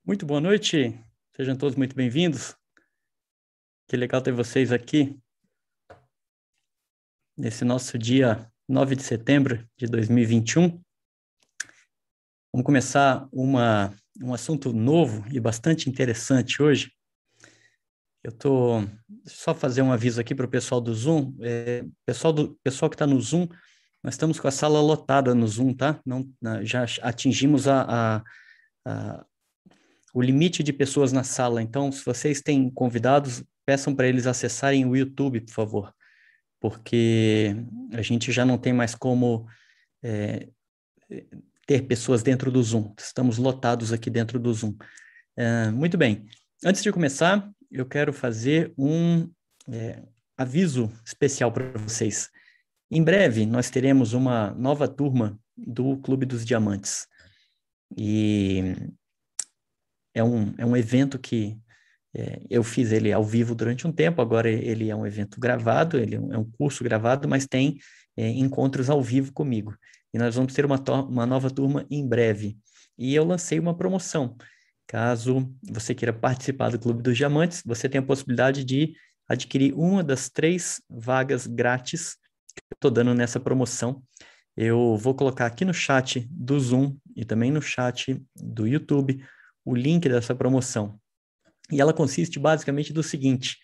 Muito boa noite, sejam todos muito bem-vindos. Que legal ter vocês aqui nesse nosso dia 9 de setembro de 2021. Vamos começar um assunto novo e bastante interessante hoje. Só fazer um aviso aqui para o pessoal do Zoom. Pessoal que está no Zoom, nós estamos com a sala lotada no Zoom, tá? Já atingimos o limite de pessoas na sala. Então, se vocês têm convidados, peçam para eles acessarem o YouTube, por favor, porque a gente já não tem mais como ter pessoas dentro do Zoom. Estamos lotados aqui dentro do Zoom. Muito bem. Antes de começar, eu quero fazer um aviso especial para vocês. Em breve, nós teremos uma nova turma do Clube dos Diamantes. E é um evento que eu fiz ele ao vivo durante um tempo, agora ele é um evento gravado, ele é um curso gravado, mas tem encontros ao vivo comigo. E nós vamos ter uma nova turma em breve. E eu lancei uma promoção. Caso você queira participar do Clube dos Diamantes, você tem a possibilidade de adquirir uma das 3 vagas grátis que eu estou dando nessa promoção. Eu vou colocar aqui no chat do Zoom e também no chat do YouTube o link dessa promoção. E ela consiste basicamente do seguinte: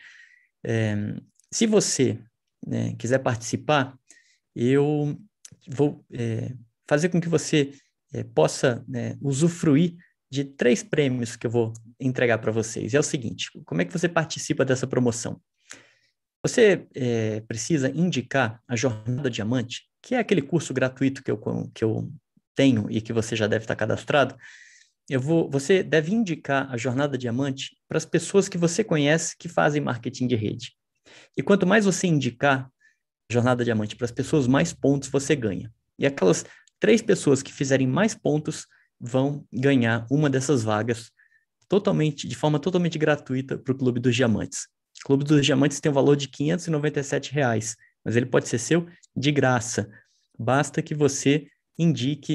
se você quiser participar, eu vou fazer com que você possa usufruir de 3 prêmios que eu vou entregar para vocês. É o seguinte: como é que você participa dessa promoção? Você precisa indicar a Jornada Diamante, que é aquele curso gratuito que eu tenho e que você já deve estar cadastrado. Você deve indicar a Jornada Diamante para as pessoas que você conhece que fazem marketing de rede. E quanto mais você indicar a Jornada Diamante para as pessoas, mais pontos você ganha. E aquelas 3 pessoas que fizerem mais pontos vão ganhar uma dessas vagas de forma totalmente gratuita para o Clube dos Diamantes. O Clube dos Diamantes tem o valor de R$ 597, mas ele pode ser seu de graça. Basta que você indique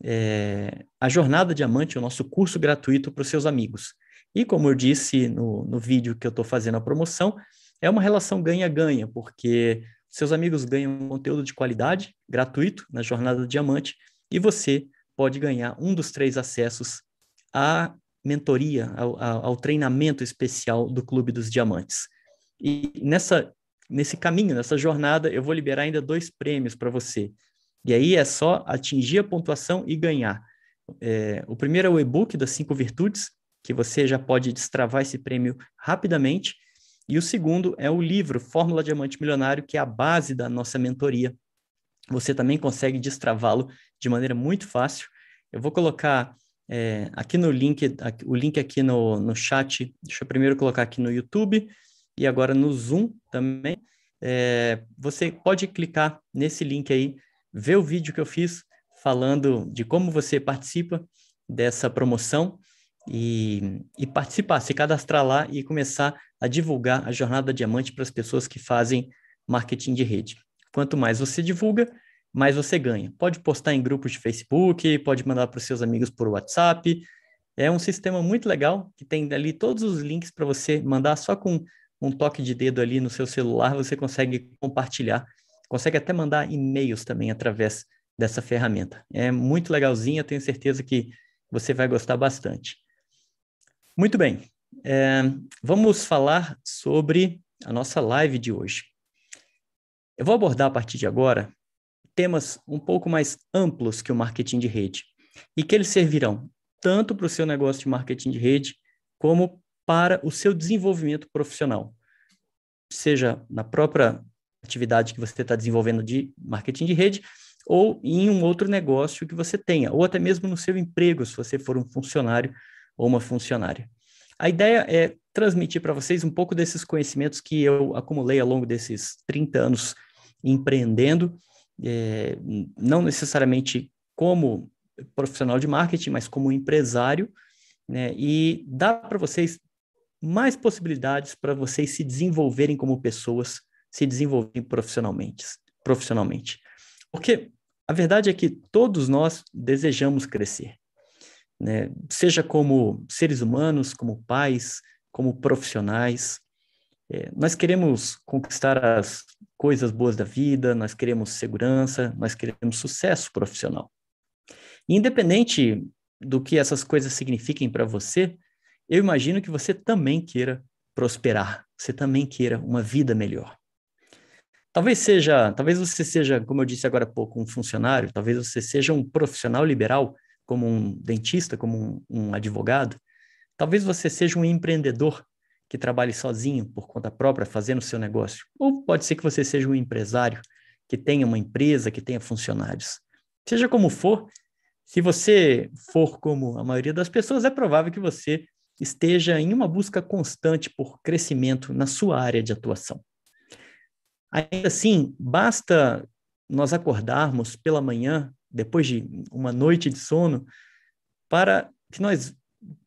a Jornada Diamante, o nosso curso gratuito para os seus amigos. E como eu disse no vídeo que eu estou fazendo a promoção, é uma relação ganha-ganha, porque seus amigos ganham conteúdo de qualidade, gratuito, na Jornada Diamante, e você pode ganhar um dos 3 acessos à mentoria, ao treinamento especial do Clube dos Diamantes. E nesse caminho, nessa jornada, eu vou liberar ainda 2 prêmios para você. E aí é só atingir a pontuação e ganhar. O primeiro é o e-book das 5 virtudes, que você já pode destravar esse prêmio rapidamente. E o segundo é o livro Fórmula Diamante Milionário, que é a base da nossa mentoria. Você também consegue destravá-lo de maneira muito fácil. Eu vou colocar aqui no link, o link aqui no chat. Deixa eu primeiro colocar aqui no YouTube e agora no Zoom também. Você pode clicar nesse link aí, ver o vídeo que eu fiz falando de como você participa dessa promoção e participar, se cadastrar lá e começar a divulgar a Jornada Diamante para as pessoas que fazem marketing de rede. Quanto mais você divulga, mais você ganha. Pode postar em grupos de Facebook, pode mandar para os seus amigos por WhatsApp. É um sistema muito legal, que tem ali todos os links para você mandar só com um toque de dedo ali no seu celular, você consegue compartilhar. Consegue até mandar e-mails também através dessa ferramenta. É muito legalzinha, tenho certeza que você vai gostar bastante. Muito bem, vamos falar sobre a nossa live de hoje. Eu vou abordar a partir de agora temas um pouco mais amplos que o marketing de rede e que eles servirão tanto para o seu negócio de marketing de rede como para o seu desenvolvimento profissional, seja na própria atividade que você está desenvolvendo de marketing de rede ou em um outro negócio que você tenha, ou até mesmo no seu emprego, se você for um funcionário ou uma funcionária. A ideia é transmitir para vocês um pouco desses conhecimentos que eu acumulei ao longo desses 30 anos empreendendo, não necessariamente como profissional de marketing, mas como empresário, né? E dá para vocês mais possibilidades para vocês se desenvolverem como pessoas, se desenvolverem profissionalmente. Porque a verdade é que todos nós desejamos crescer. né? Seja como seres humanos, como pais, como profissionais. Nós queremos conquistar as coisas boas da vida, nós queremos segurança, nós queremos sucesso profissional. E independente do que essas coisas signifiquem para você, eu imagino que você também queira prosperar, você também queira uma vida melhor. Talvez você seja, como eu disse agora há pouco, um funcionário, talvez você seja um profissional liberal, como um dentista, como um advogado, talvez você seja um empreendedor que trabalhe sozinho, por conta própria, fazendo o seu negócio. Ou pode ser que você seja um empresário que tenha uma empresa, que tenha funcionários. Seja como for, se você for como a maioria das pessoas, é provável que você esteja em uma busca constante por crescimento na sua área de atuação. Ainda assim, basta nós acordarmos pela manhã, depois de uma noite de sono, para que nós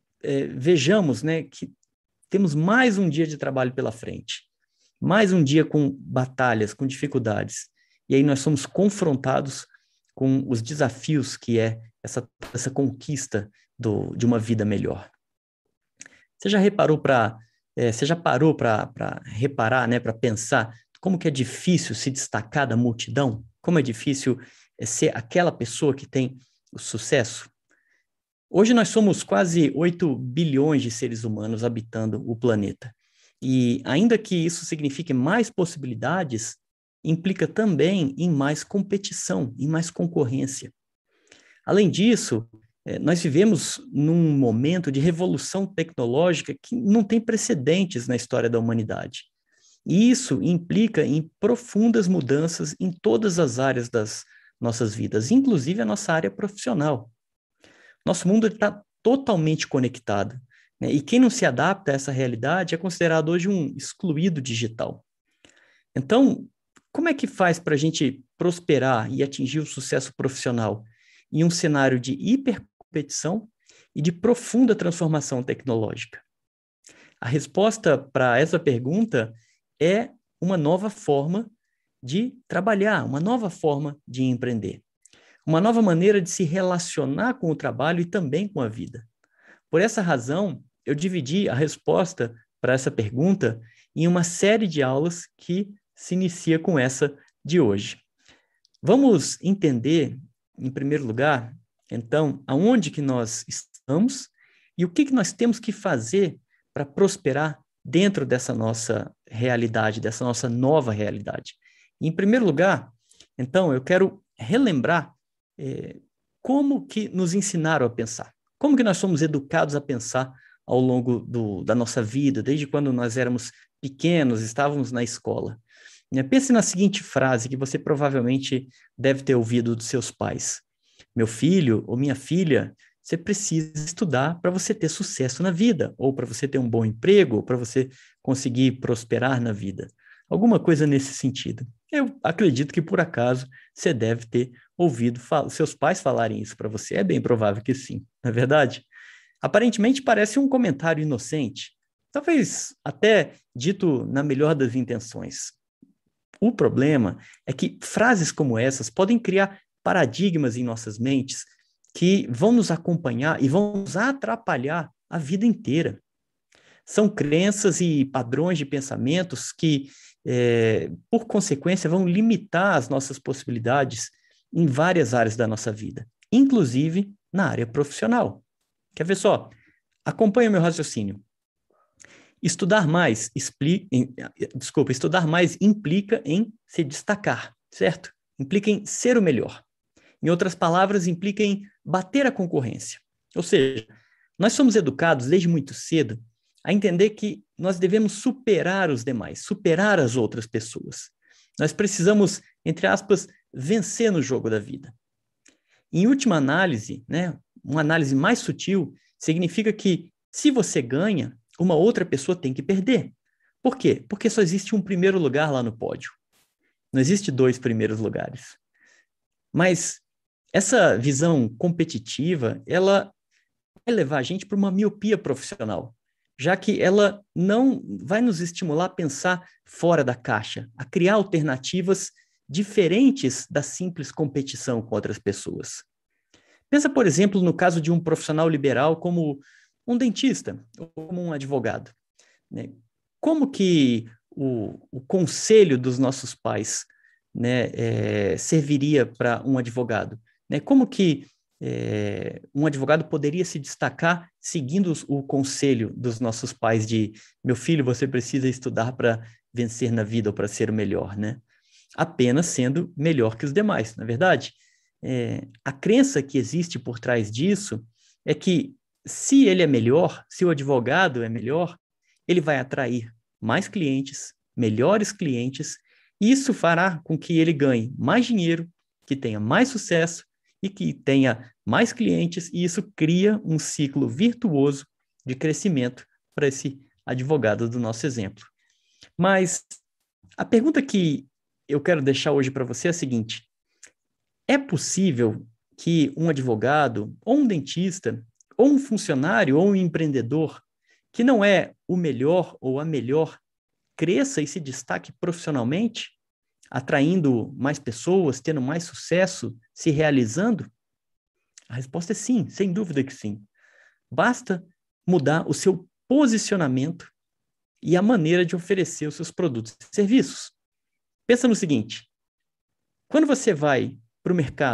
vejamos, né, que temos mais um dia de trabalho pela frente, mais um dia com batalhas, com dificuldades. E aí nós somos confrontados com os desafios que é essa conquista de uma vida melhor. Você já reparou você já parou para reparar, né, para pensar como que é difícil se destacar da multidão? Como é difícil ser aquela pessoa que tem o sucesso? Hoje nós somos quase 8 bilhões de seres humanos habitando o planeta. E ainda que isso signifique mais possibilidades, implica também em mais competição, em mais concorrência. Além disso, nós vivemos num momento de revolução tecnológica que não tem precedentes na história da humanidade. E isso implica em profundas mudanças em todas as áreas das nossas vidas, inclusive a nossa área profissional. Nosso mundo está totalmente conectado, né? E quem não se adapta a essa realidade é considerado hoje um excluído digital. Então, como é que faz para a gente prosperar e atingir o sucesso profissional em um cenário de hipercompetição e de profunda transformação tecnológica? A resposta para essa pergunta é uma nova forma de trabalhar, uma nova forma de empreender, uma nova maneira de se relacionar com o trabalho e também com a vida. Por essa razão, eu dividi a resposta para essa pergunta em uma série de aulas que se inicia com essa de hoje. Vamos entender, em primeiro lugar, então, aonde que nós estamos e o que nós temos que fazer para prosperar dentro dessa nossa realidade, dessa nossa nova realidade. Em primeiro lugar, então, eu quero relembrar como que nos ensinaram a pensar, como que nós somos educados a pensar ao longo da nossa vida, desde quando nós éramos pequenos, estávamos na escola. Pense na seguinte frase que você provavelmente deve ter ouvido dos seus pais: meu filho ou minha filha, você precisa estudar para você ter sucesso na vida, ou para você ter um bom emprego, ou para você conseguir prosperar na vida. Alguma coisa nesse sentido. Eu acredito que, por acaso, você deve ter ouvido seus pais falarem isso para você. É bem provável que sim, não é verdade? Aparentemente parece um comentário inocente, talvez até dito na melhor das intenções. O problema é que frases como essas podem criar paradigmas em nossas mentes que vão nos acompanhar e vão nos atrapalhar a vida inteira. São crenças e padrões de pensamentos que, por consequência, vão limitar as nossas possibilidades em várias áreas da nossa vida, inclusive na área profissional. Quer ver só? Acompanha o meu raciocínio. Estudar mais implica em se destacar, certo? Implica em ser o melhor. Em outras palavras, implica em bater a concorrência. Ou seja, nós somos educados desde muito cedo a entender que nós devemos superar os demais, superar as outras pessoas. Nós precisamos, entre aspas, vencer no jogo da vida. Em última análise, né, uma análise mais sutil, significa que se você ganha, uma outra pessoa tem que perder. Por quê? Porque só existe um primeiro lugar lá no pódio. Não existe 2 primeiros lugares. Mas essa visão competitiva, ela vai levar a gente para uma miopia profissional, já que ela não vai nos estimular a pensar fora da caixa, a criar alternativas diferentes da simples competição com outras pessoas. Pensa, por exemplo, no caso de um profissional liberal como um dentista ou como um advogado, né? Como que o conselho dos nossos pais, né, serviria para um advogado? Né? Como que um advogado poderia se destacar seguindo o conselho dos nossos pais de meu filho, você precisa estudar para vencer na vida ou para ser o melhor, né? Apenas sendo melhor que os demais, na verdade. A crença que existe por trás disso é que se ele é melhor, se o advogado é melhor, ele vai atrair mais clientes, melhores clientes, e isso fará com que ele ganhe mais dinheiro, que tenha mais sucesso e que tenha mais clientes, e isso cria um ciclo virtuoso de crescimento para esse advogado do nosso exemplo. Mas a pergunta que eu quero deixar hoje para você é a seguinte: é possível que um advogado, ou um dentista, ou um funcionário, ou um empreendedor, que não é o melhor ou a melhor, cresça e se destaque profissionalmente, atraindo mais pessoas, tendo mais sucesso, se realizando? A resposta é sim, sem dúvida que sim. Basta mudar o seu posicionamento e a maneira de oferecer os seus produtos e serviços. Pensa no seguinte: quando você vai para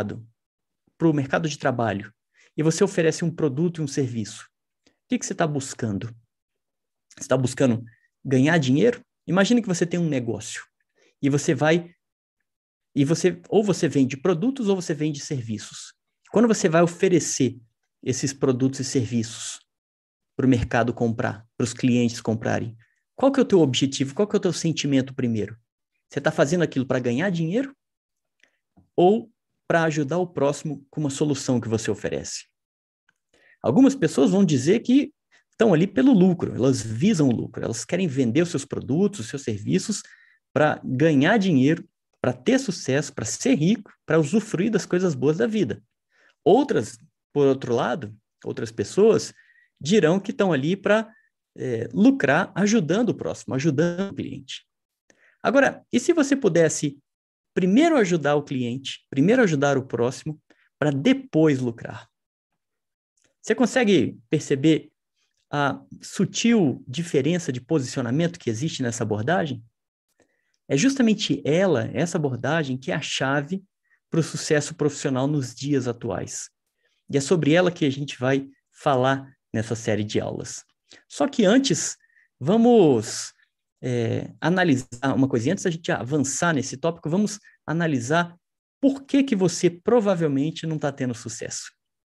o mercado de trabalho, e você oferece um produto e um serviço, o que você está buscando? Você está buscando ganhar dinheiro? Imagine que você tem um negócio e você vai ou você vende produtos ou você vende serviços. Quando você vai oferecer esses produtos e serviços para o mercado comprar, para os clientes comprarem, qual que é o teu objetivo? Qual que é o teu sentimento primeiro? Você está fazendo aquilo para ganhar dinheiro ou para ajudar o próximo com uma solução que você oferece? Algumas pessoas vão dizer que estão ali pelo lucro, elas visam o lucro, elas querem vender os seus produtos, os seus serviços para ganhar dinheiro, para ter sucesso, para ser rico, para usufruir das coisas boas da vida. Outras, por outro lado, outras pessoas dirão que estão ali para lucrar ajudando o próximo, ajudando o cliente. Agora, e se você pudesse primeiro ajudar o cliente, primeiro ajudar o próximo, para depois lucrar? Você consegue perceber a sutil diferença de posicionamento que existe nessa abordagem? É justamente essa abordagem, que é a chave para o sucesso profissional nos dias atuais. E é sobre ela que a gente vai falar nessa série de aulas. Só que antes, vamos analisar uma coisinha. Antes da gente avançar nesse tópico, vamos analisar por que você provavelmente não está tendo sucesso.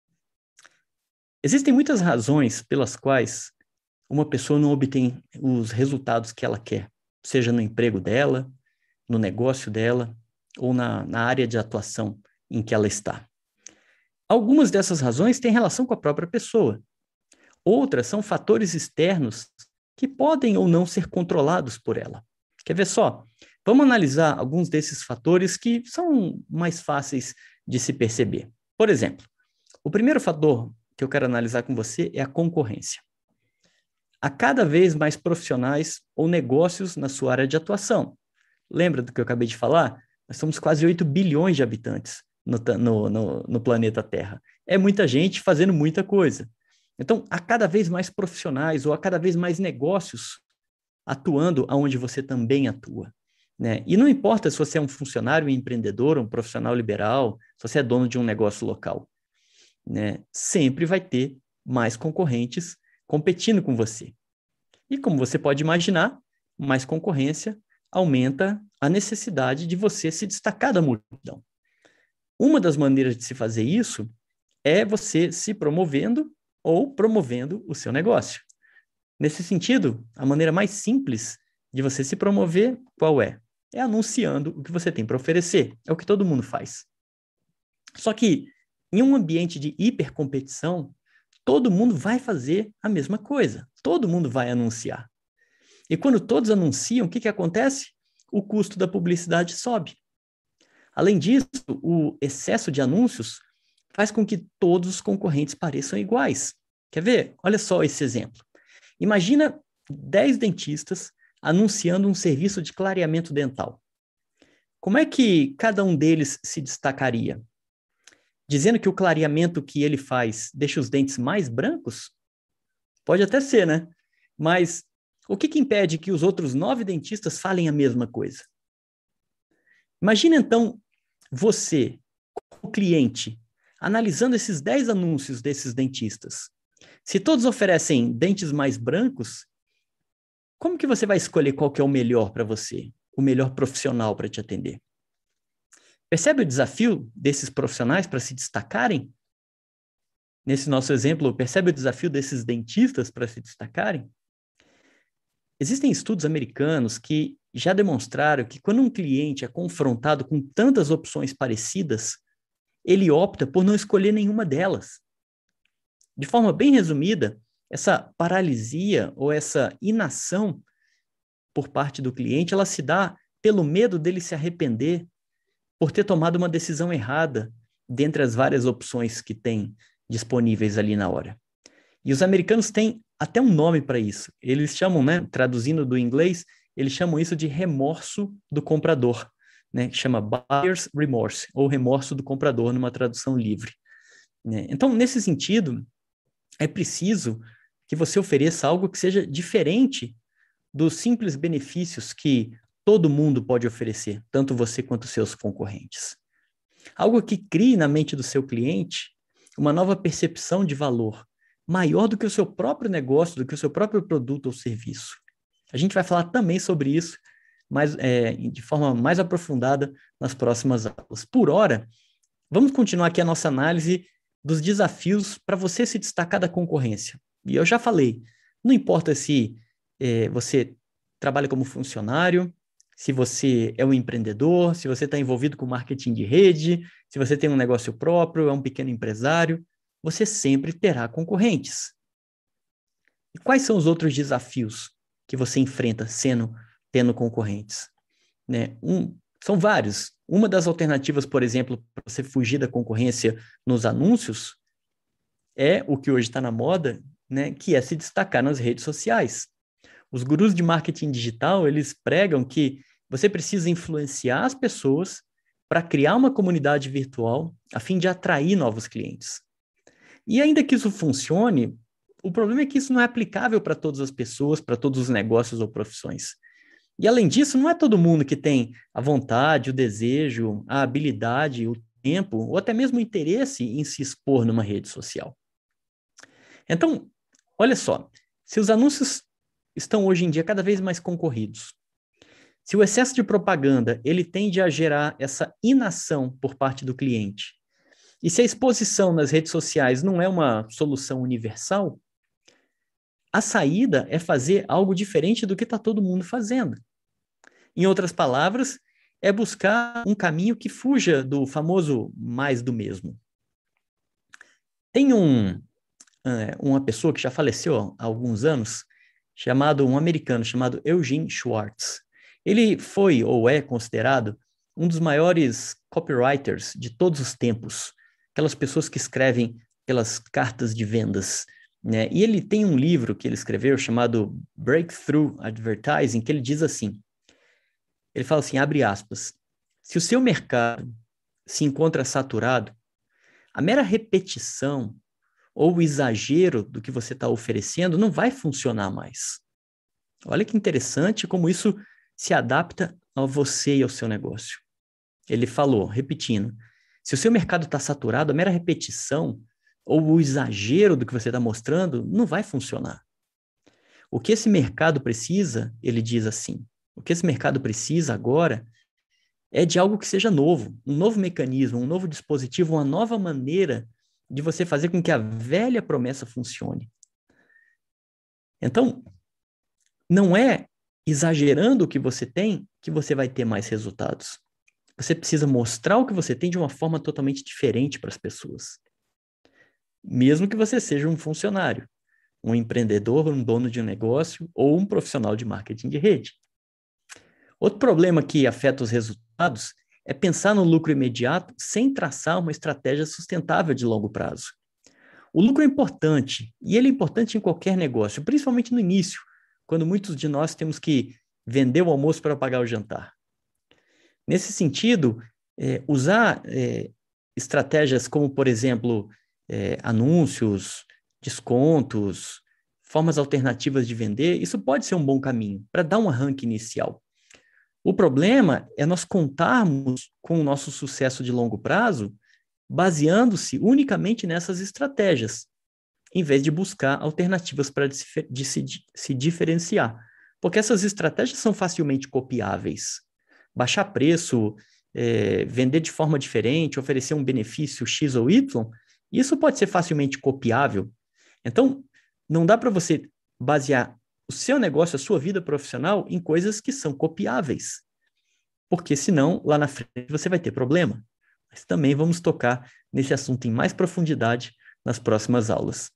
Existem muitas razões pelas quais uma pessoa não obtém os resultados que ela quer, seja no emprego dela, no negócio dela ou na área de atuação em que ela está. Algumas dessas razões têm relação com a própria pessoa. Outras são fatores externos que podem ou não ser controlados por ela. Quer ver só? Vamos analisar alguns desses fatores que são mais fáceis de se perceber. Por exemplo, o primeiro fator que eu quero analisar com você é a concorrência. Há cada vez mais profissionais ou negócios na sua área de atuação. Lembra do que eu acabei de falar? Nós somos quase 8 bilhões de habitantes no planeta Terra. É muita gente fazendo muita coisa. Então, há cada vez mais profissionais ou há cada vez mais negócios atuando onde você também atua, né? E não importa se você é um funcionário, um empreendedor, um profissional liberal, se você é dono de um negócio local, né? Sempre vai ter mais concorrentes competindo com você. E como você pode imaginar, mais concorrência aumenta a necessidade de você se destacar da multidão. Uma das maneiras de se fazer isso é você se promovendo ou promovendo o seu negócio. Nesse sentido, a maneira mais simples de você se promover, qual é? É anunciando o que você tem para oferecer. É o que todo mundo faz. Só que, em um ambiente de hipercompetição, todo mundo vai fazer a mesma coisa. Todo mundo vai anunciar. E quando todos anunciam, o que acontece? O custo da publicidade sobe. Além disso, o excesso de anúncios faz com que todos os concorrentes pareçam iguais. Quer ver? Olha só esse exemplo. Imagina 10 dentistas anunciando um serviço de clareamento dental. Como é que cada um deles se destacaria? Dizendo que o clareamento que ele faz deixa os dentes mais brancos? Pode até ser, né? Mas o que impede que os outros 9 dentistas falem a mesma coisa? Imagina então você, como cliente, analisando esses 10 anúncios desses dentistas. Se todos oferecem dentes mais brancos, como que você vai escolher qual que é o melhor para você, o melhor profissional para te atender? Percebe o desafio desses profissionais para se destacarem? Nesse nosso exemplo, percebe o desafio desses dentistas para se destacarem? Existem estudos americanos que já demonstraram que quando um cliente é confrontado com tantas opções parecidas, ele opta por não escolher nenhuma delas. De forma bem resumida, essa paralisia ou essa inação por parte do cliente, ela se dá pelo medo dele se arrepender por ter tomado uma decisão errada dentre as várias opções que tem disponíveis ali na hora. E os americanos têm até um nome para isso. Eles chamam, né, traduzindo do inglês, eles chamam isso de remorso do comprador, né, que chama buyer's remorse, ou remorso do comprador numa tradução livre. Né? Então, nesse sentido, é preciso que você ofereça algo que seja diferente dos simples benefícios que todo mundo pode oferecer, tanto você quanto seus concorrentes. Algo que crie na mente do seu cliente uma nova percepção de valor, maior do que o seu próprio negócio, do que o seu próprio produto ou serviço. A gente vai falar também sobre isso, mas de forma mais aprofundada nas próximas aulas. Por hora, vamos continuar aqui a nossa análise dos desafios para você se destacar da concorrência. E eu já falei, não importa se você trabalha como funcionário, se você é um empreendedor, se você está envolvido com marketing de rede, se você tem um negócio próprio, é um pequeno empresário, você sempre terá concorrentes. E quais são os outros desafios que você enfrenta tendo concorrentes? Né? São vários. Uma das alternativas, por exemplo, para você fugir da concorrência nos anúncios é o que hoje está na moda, né? Que é se destacar nas redes sociais. Os gurus de marketing digital, eles pregam que você precisa influenciar as pessoas para criar uma comunidade virtual a fim de atrair novos clientes. E ainda que isso funcione, o problema é que isso não é aplicável para todas as pessoas, para todos os negócios ou profissões. E além disso, não é todo mundo que tem a vontade, o desejo, a habilidade, o tempo, ou até mesmo o interesse em se expor numa rede social. Então, olha só, se os anúncios estão hoje em dia cada vez mais concorridos, se o excesso de propaganda ele tende a gerar essa inação por parte do cliente, e se a exposição nas redes sociais não é uma solução universal, a saída é fazer algo diferente do que está todo mundo fazendo. Em outras palavras, é buscar um caminho que fuja do famoso mais do mesmo. Tem uma pessoa que já faleceu há alguns anos, um americano chamado Eugene Schwartz. Ele foi ou é considerado um dos maiores copywriters de todos os tempos, aquelas pessoas que escrevem aquelas cartas de vendas, né? E ele tem um livro que ele escreveu chamado Breakthrough Advertising, que ele diz assim, ele fala assim, abre aspas, se o seu mercado se encontra saturado, a mera repetição ou o exagero do que você está oferecendo não vai funcionar mais. Olha que interessante como isso se adapta a você e ao seu negócio. Ele falou, repetindo, se o seu mercado está saturado, a mera repetição ou o exagero do que você está mostrando não vai funcionar. O que esse mercado precisa, ele diz assim, o que esse mercado precisa agora é de algo que seja novo, um novo mecanismo, um novo dispositivo, uma nova maneira de você fazer com que a velha promessa funcione. Então, não é exagerando o que você tem que você vai ter mais resultados. Você precisa mostrar o que você tem de uma forma totalmente diferente para as pessoas. Mesmo que você seja um funcionário, um empreendedor, um dono de um negócio ou um profissional de marketing de rede. Outro problema que afeta os resultados é pensar no lucro imediato sem traçar uma estratégia sustentável de longo prazo. O lucro é importante, e ele é importante em qualquer negócio, principalmente no início, quando muitos de nós temos que vender o almoço para pagar o jantar. Nesse sentido, usar estratégias como, por exemplo, anúncios, descontos, formas alternativas de vender, isso pode ser um bom caminho para dar um arranque inicial. O problema é nós contarmos com o nosso sucesso de longo prazo baseando-se unicamente nessas estratégias, em vez de buscar alternativas para se diferenciar. Porque essas estratégias são facilmente copiáveis. Baixar preço, vender de forma diferente, oferecer um benefício X ou Y, isso pode ser facilmente copiável. Então, não dá para você basear o seu negócio, a sua vida profissional, em coisas que são copiáveis. Porque senão, lá na frente, você vai ter problema. Mas também vamos tocar nesse assunto em mais profundidade nas próximas aulas.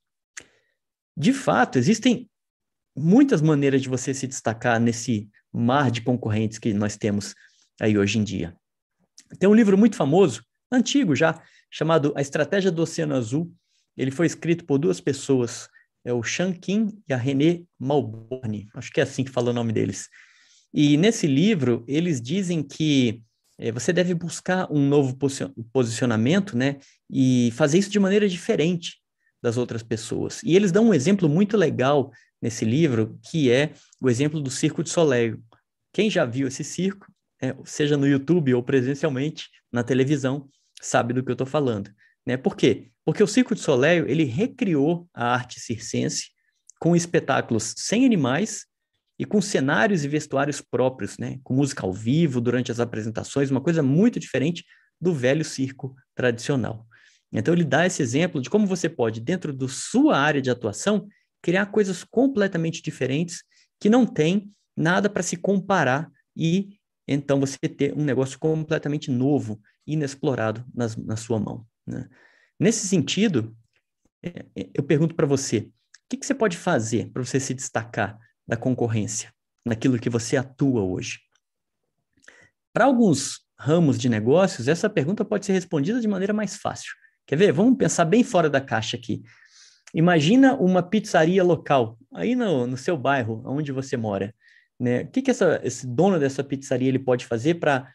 De fato, existem muitas maneiras de você se destacar nesse mar de concorrentes que nós temos aí hoje em dia. Tem um livro muito famoso, antigo já, chamado A Estratégia do Oceano Azul. Ele foi escrito por duas pessoas, o Sean King e a René Malborne, acho que é assim que fala o nome deles. E nesse livro, eles dizem que você deve buscar um novo posicionamento, né, e fazer isso de maneira diferente das outras pessoas. E eles dão um exemplo muito legal nesse livro, que é o exemplo do Circo de Soleil. Quem já viu esse circo, seja no YouTube ou presencialmente na televisão, sabe do que eu estou falando. Né? Por quê? Porque o Circo de Soleil, ele recriou a arte circense com espetáculos sem animais e com cenários e vestuários próprios, né? Com música ao vivo durante as apresentações, uma coisa muito diferente do velho circo tradicional. Então, ele dá esse exemplo de como você pode, dentro da sua área de atuação, criar coisas completamente diferentes que não tem nada para se comparar e, então, você ter um negócio completamente novo, inexplorado na sua mão. Né? Nesse sentido, eu pergunto para você, o que você pode fazer para você se destacar da concorrência, naquilo que você atua hoje? Para alguns ramos de negócios, essa pergunta pode ser respondida de maneira mais fácil. Quer ver? Vamos pensar bem fora da caixa aqui. Imagina uma pizzaria local, aí no seu bairro, onde você mora. Né? O que esse dono dessa pizzaria ele pode fazer para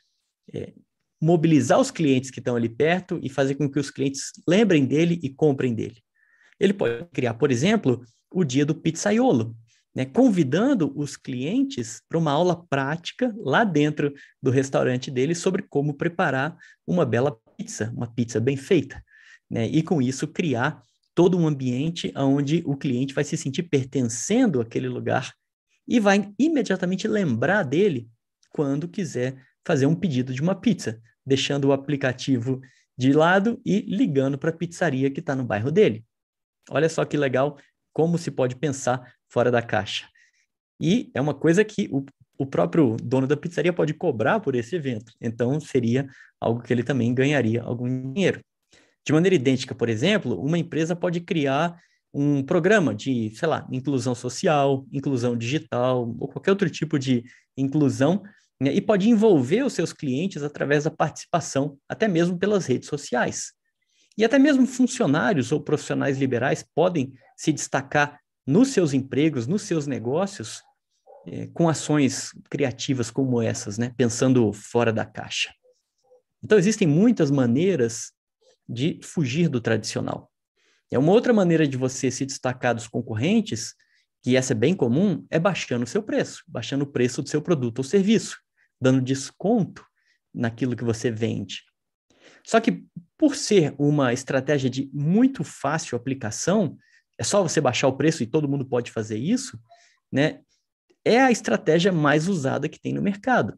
mobilizar os clientes que estão ali perto e fazer com que os clientes lembrem dele e comprem dele? Ele pode criar, por exemplo, o dia do pizzaiolo, né? Convidando os clientes para uma aula prática lá dentro do restaurante dele sobre como preparar uma bela pizza, uma pizza bem feita. Né? E com isso criar todo um ambiente onde o cliente vai se sentir pertencendo àquele lugar e vai imediatamente lembrar dele quando quiser fazer um pedido de uma pizza, deixando o aplicativo de lado e ligando para a pizzaria que está no bairro dele. Olha só que legal como se pode pensar fora da caixa. E é uma coisa que o próprio dono da pizzaria pode cobrar por esse evento. Então, seria algo que ele também ganharia algum dinheiro. De maneira idêntica, por exemplo, uma empresa pode criar um programa de, sei lá, inclusão social, inclusão digital, ou qualquer outro tipo de inclusão, né, e pode envolver os seus clientes através da participação, até mesmo pelas redes sociais. E até mesmo funcionários ou profissionais liberais podem se destacar nos seus empregos, nos seus negócios, com ações criativas como essas, né, pensando fora da caixa. Então, existem muitas maneiras de fugir do tradicional. Uma outra maneira de você se destacar dos concorrentes, que essa é bem comum, é baixando o seu preço, baixando o preço do seu produto ou serviço, dando desconto naquilo que você vende. Só que, por ser uma estratégia de muito fácil aplicação, é só você baixar o preço e todo mundo pode fazer isso, né? É a estratégia mais usada que tem no mercado.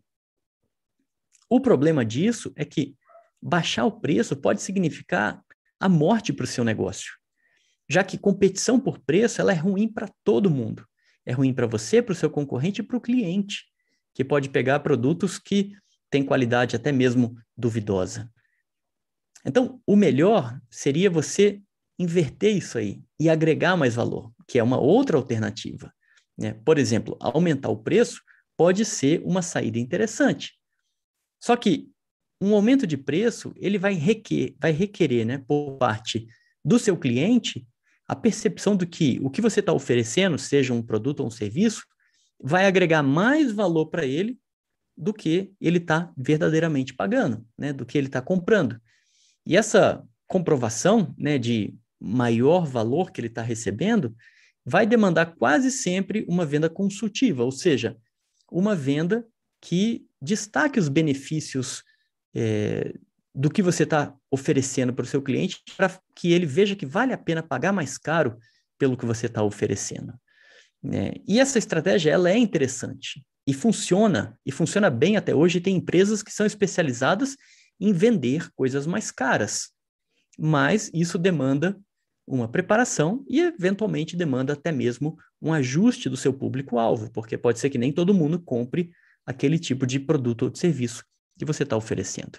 O problema disso é que baixar o preço pode significar a morte para o seu negócio, já que competição por preço ela é ruim para todo mundo. É ruim para você, para o seu concorrente e para o cliente, que pode pegar produtos que têm qualidade até mesmo duvidosa. Então, o melhor seria você inverter isso aí e agregar mais valor, que é uma outra alternativa. Né? Por exemplo, aumentar o preço pode ser uma saída interessante. Só que um aumento de preço, ele vai requerer, né, por parte do seu cliente, a percepção do que o que você está oferecendo, seja um produto ou um serviço, vai agregar mais valor para ele do que ele está verdadeiramente pagando, né, do que ele está comprando. E essa comprovação, né, de maior valor que ele está recebendo vai demandar quase sempre uma venda consultiva, ou seja, uma venda que destaque os benefícios do que você está oferecendo para o seu cliente, para que ele veja que vale a pena pagar mais caro pelo que você está oferecendo. E essa estratégia ela é interessante e funciona bem até hoje. Tem empresas que são especializadas em vender coisas mais caras, mas isso demanda uma preparação e, eventualmente, demanda até mesmo um ajuste do seu público-alvo, porque pode ser que nem todo mundo compre aquele tipo de produto ou de serviço que você está oferecendo.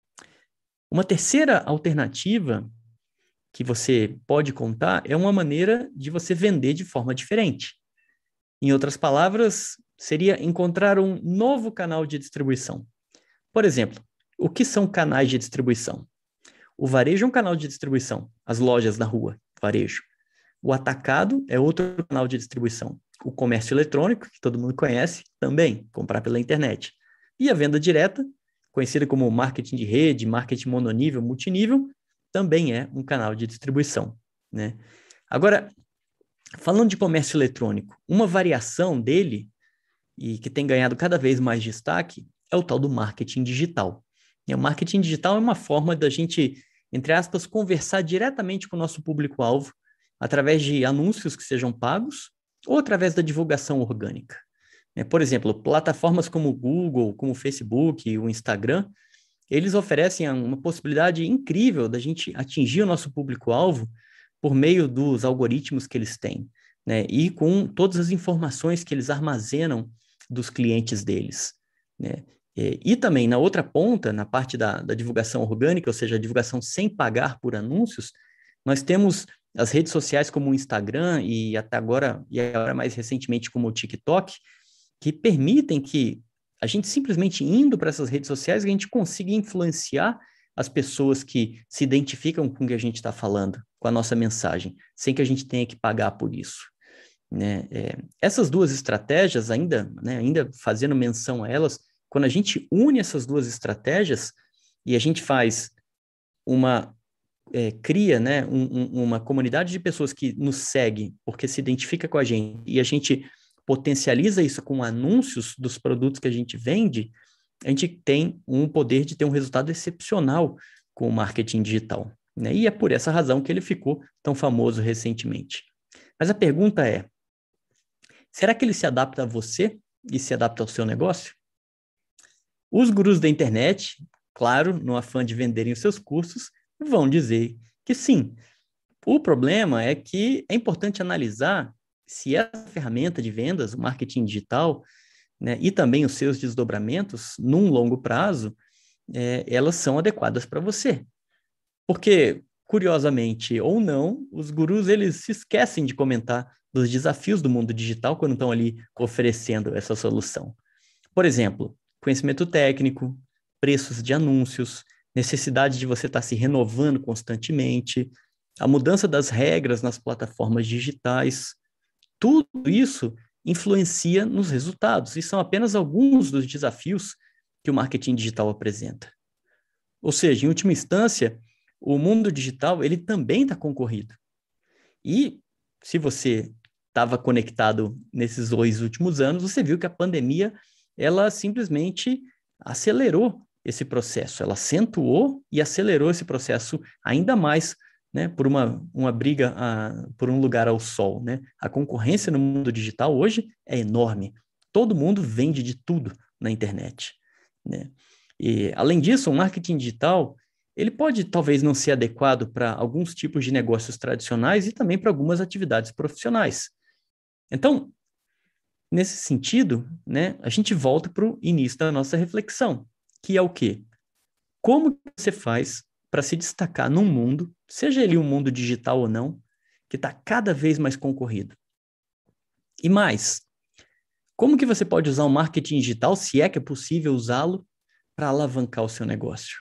Uma terceira alternativa que você pode contar é uma maneira de você vender de forma diferente. Em outras palavras, seria encontrar um novo canal de distribuição. Por exemplo, o que são canais de distribuição? O varejo é um canal de distribuição, as lojas na rua, varejo. O atacado é outro canal de distribuição. O comércio eletrônico, que todo mundo conhece, também, comprar pela internet. E a venda direta, conhecida como marketing de rede, marketing mononível, multinível, também é um canal de distribuição, né? Agora, falando de comércio eletrônico, uma variação dele, e que tem ganhado cada vez mais destaque, é o tal do marketing digital. O marketing digital é uma forma da gente, entre aspas, conversar diretamente com o nosso público-alvo através de anúncios que sejam pagos ou através da divulgação orgânica. Por exemplo, plataformas como o Google, como o Facebook, o Instagram, eles oferecem uma possibilidade incrível da gente atingir o nosso público-alvo por meio dos algoritmos que eles têm, né? E com todas as informações que eles armazenam dos clientes deles, né? E também, na outra ponta, na parte da divulgação orgânica, ou seja, a divulgação sem pagar por anúncios, nós temos as redes sociais como o Instagram e até agora, e agora mais recentemente como o TikTok, que permitem que a gente simplesmente indo para essas redes sociais, a gente consiga influenciar as pessoas que se identificam com o que a gente está falando, com a nossa mensagem, sem que a gente tenha que pagar por isso, né? Essas duas estratégias, ainda fazendo menção a elas, quando a gente une essas duas estratégias e a gente faz cria, né, uma comunidade de pessoas que nos segue porque se identifica com a gente e a gente potencializa isso com anúncios dos produtos que a gente vende, a gente tem um poder de ter um resultado excepcional com o marketing digital, né? E é por essa razão que ele ficou tão famoso recentemente. Mas a pergunta é, será que ele se adapta a você e se adapta ao seu negócio? Os gurus da internet, claro, no afã de venderem os seus cursos, vão dizer que sim. O problema é que é importante analisar se essa ferramenta de vendas, o marketing digital, né, e também os seus desdobramentos, num longo prazo, elas são adequadas para você. Porque, curiosamente ou não, os gurus eles se esquecem de comentar dos desafios do mundo digital quando estão ali oferecendo essa solução. Por exemplo, conhecimento técnico, preços de anúncios, necessidade de você estar se renovando constantemente, a mudança das regras nas plataformas digitais, tudo isso influencia nos resultados, e são apenas alguns dos desafios que o marketing digital apresenta. Ou seja, em última instância, o mundo digital ele também está concorrido. E se você estava conectado nesses 2 últimos anos, você viu que a pandemia ela simplesmente acelerou esse processo, ela acentuou e acelerou esse processo ainda mais, né, por uma briga por um lugar ao sol, né? A concorrência no mundo digital hoje é enorme. Todo mundo vende de tudo na internet, né? E, além disso, o marketing digital ele pode talvez não ser adequado para alguns tipos de negócios tradicionais e também para algumas atividades profissionais. Então, nesse sentido, né, a gente volta para o início da nossa reflexão, que é o quê? Como você faz para se destacar num mundo, seja ele um mundo digital ou não, que está cada vez mais concorrido? E mais, como que você pode usar o marketing digital, se é que é possível usá-lo, para alavancar o seu negócio?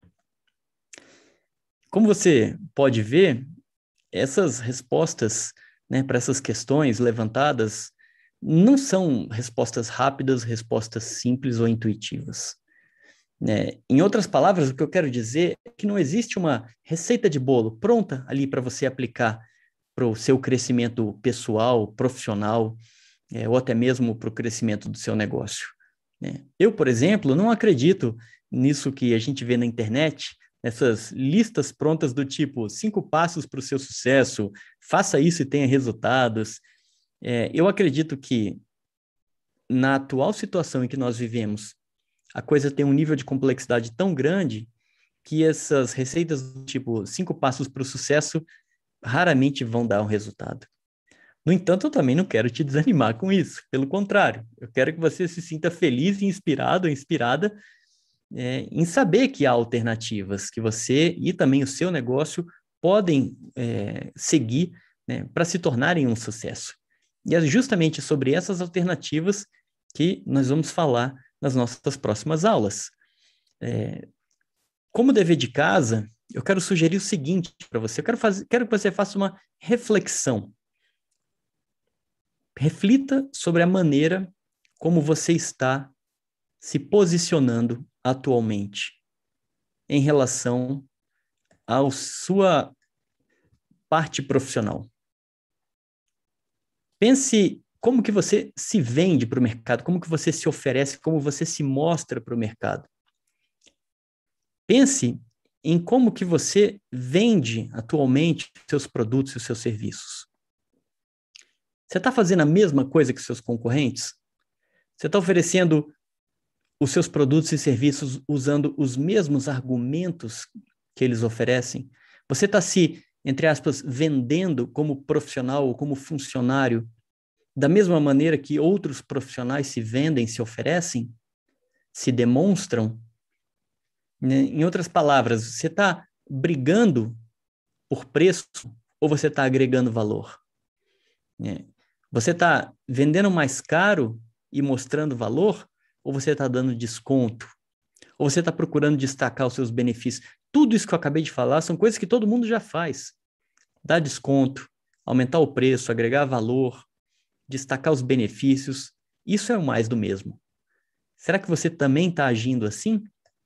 Como você pode ver, essas respostas, né, para essas questões levantadas não são respostas rápidas, respostas simples ou intuitivas. né? Em outras palavras, o que eu quero dizer é que não existe uma receita de bolo pronta ali para você aplicar para o seu crescimento pessoal, profissional, ou até mesmo para o crescimento do seu negócio, né? Eu, por exemplo, não acredito nisso que a gente vê na internet, essas listas prontas do tipo 5 passos para o seu sucesso, faça isso e tenha resultados. Eu acredito que na atual situação em que nós vivemos, a coisa tem um nível de complexidade tão grande que essas receitas do tipo 5 passos para o sucesso raramente vão dar um resultado. No entanto, eu também não quero te desanimar com isso. Pelo contrário, eu quero que você se sinta feliz e inspirado, inspirada, em saber que há alternativas, que você e também o seu negócio podem seguir, né, para se tornarem um sucesso. E é justamente sobre essas alternativas que nós vamos falar nas nossas próximas aulas. Como dever de casa, eu quero sugerir o seguinte para você. Quero que você faça uma reflexão. Reflita sobre a maneira como você está se posicionando atualmente em relação à sua parte profissional. Pense como que você se vende para o mercado, como que você se oferece, como você se mostra para o mercado. Pense em como que você vende atualmente seus produtos e os seus serviços. Você está fazendo a mesma coisa que seus concorrentes? Você está oferecendo os seus produtos e serviços usando os mesmos argumentos que eles oferecem? Você está se, entre aspas, vendendo como profissional ou como funcionário da mesma maneira que outros profissionais se vendem, se oferecem, se demonstram? Né? Em outras palavras, você está brigando por preço ou você está agregando valor? Né? Você está vendendo mais caro e mostrando valor ou você está dando desconto? Ou você está procurando destacar os seus benefícios? Tudo isso que eu acabei de falar são coisas que todo mundo já faz. Dar desconto, aumentar o preço, agregar valor, destacar os benefícios. Isso é o mais do mesmo. Será que você também está agindo assim?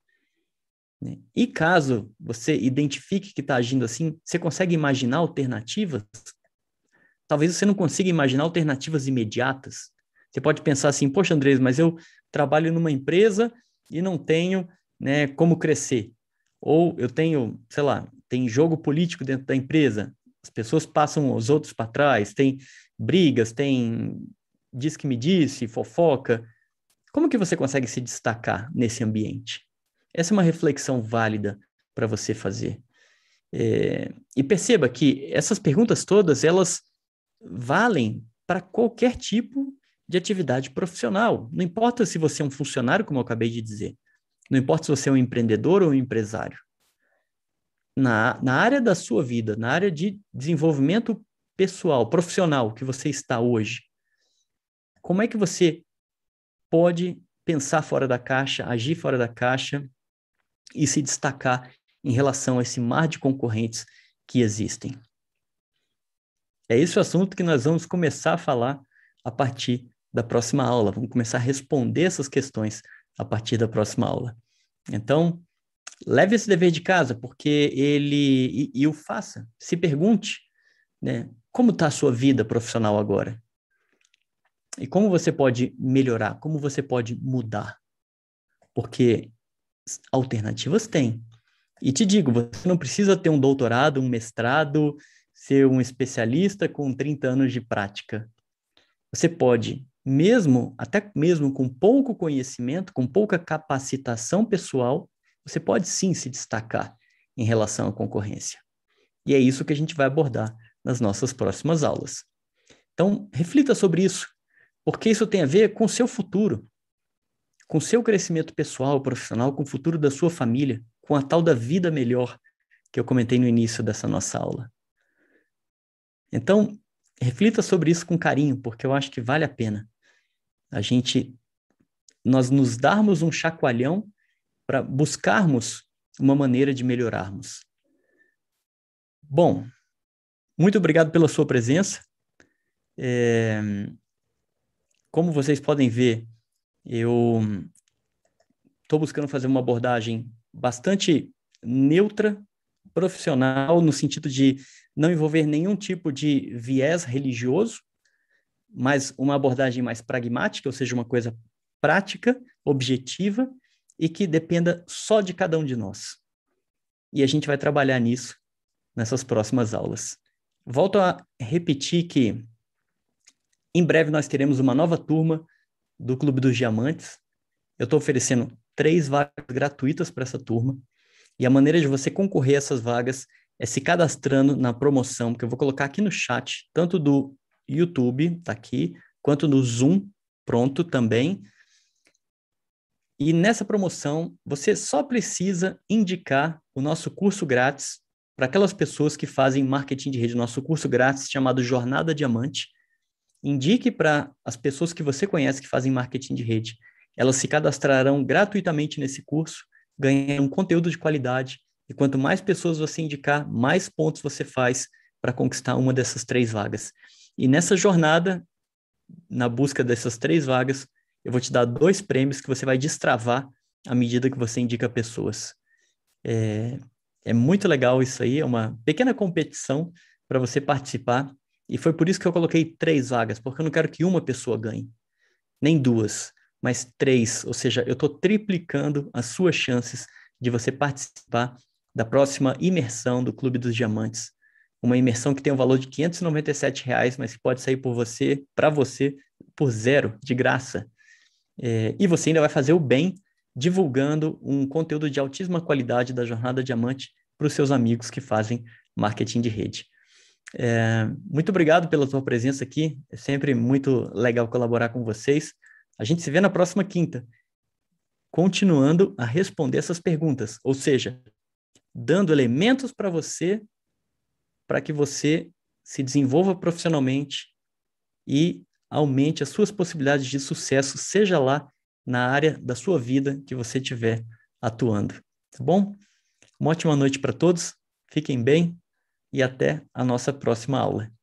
E caso você identifique que está agindo assim, você consegue imaginar alternativas? Talvez você não consiga imaginar alternativas imediatas. Você pode pensar assim, poxa, Andrés, mas eu trabalho numa empresa e não tenho, né, como crescer. Ou eu tenho, sei lá, tem jogo político dentro da empresa, as pessoas passam os outros para trás, tem brigas, tem diz que me disse, fofoca. Como que você consegue se destacar nesse ambiente? Essa é uma reflexão válida para você fazer. E perceba que essas perguntas todas, elas valem para qualquer tipo de atividade profissional. Não importa se você é um funcionário, como eu acabei de dizer. Não importa se você é um empreendedor ou um empresário. Na área da sua vida, na área de desenvolvimento pessoal, profissional que você está hoje, como é que você pode pensar fora da caixa, agir fora da caixa e se destacar em relação a esse mar de concorrentes que existem? É esse o assunto que nós vamos começar a falar a partir da próxima aula. Vamos começar a responder essas questões a partir da próxima aula. Então, leve esse dever de casa, porque e o faça. Se pergunte, né, como está a sua vida profissional agora? E como você pode melhorar? Como você pode mudar? Porque alternativas tem. E te digo, você não precisa ter um doutorado, um mestrado, ser um especialista com 30 anos de prática. Você pode, até mesmo com pouco conhecimento, com pouca capacitação pessoal, você pode sim se destacar em relação à concorrência. E é isso que a gente vai abordar nas nossas próximas aulas. Então, reflita sobre isso, porque isso tem a ver com o seu futuro, com o seu crescimento pessoal, profissional, com o futuro da sua família, com a tal da vida melhor que eu comentei no início dessa nossa aula. Então, reflita sobre isso com carinho, porque eu acho que vale a pena nós nos darmos um chacoalhão para buscarmos uma maneira de melhorarmos. Bom, muito obrigado pela sua presença. Como vocês podem ver, eu estou buscando fazer uma abordagem bastante neutra, profissional, no sentido de não envolver nenhum tipo de viés religioso, mas uma abordagem mais pragmática, ou seja, uma coisa prática, objetiva e que dependa só de cada um de nós. E a gente vai trabalhar nisso nessas próximas aulas. Volto a repetir que em breve nós teremos uma nova turma do Clube dos Diamantes. Eu estou oferecendo 3 vagas gratuitas para essa turma. E a maneira de você concorrer a essas vagas é se cadastrando na promoção, que eu vou colocar aqui no chat, tanto do YouTube, tá aqui, quanto no Zoom, pronto também. E nessa promoção, você só precisa indicar o nosso curso grátis para aquelas pessoas que fazem marketing de rede, nosso curso grátis chamado Jornada Diamante. Indique para as pessoas que você conhece que fazem marketing de rede. Elas se cadastrarão gratuitamente nesse curso, ganharão conteúdo de qualidade, e quanto mais pessoas você indicar, mais pontos você faz para conquistar uma dessas 3 vagas. E nessa jornada, na busca dessas 3 vagas, eu vou te dar 2 prêmios que você vai destravar à medida que você indica pessoas. É muito legal isso aí, é uma pequena competição para você participar, e foi por isso que eu coloquei 3 vagas, porque eu não quero que uma pessoa ganhe, nem 2, mas 3, ou seja, eu estou triplicando as suas chances de você participar da próxima imersão do Clube dos Diamantes, uma imersão que tem um valor de R$ 597, mas que pode sair para você, por 0, de graça. E você ainda vai fazer o bem divulgando um conteúdo de altíssima qualidade da Jornada Diamante para os seus amigos que fazem marketing de rede. Muito obrigado pela tua presença aqui, é sempre muito legal colaborar com vocês. A gente se vê na próxima quinta, continuando a responder essas perguntas, ou seja, dando elementos para você, para que você se desenvolva profissionalmente e aumente as suas possibilidades de sucesso, seja lá na área da sua vida que você estiver atuando. Tá bom? Uma ótima noite para todos, fiquem bem e até a nossa próxima aula.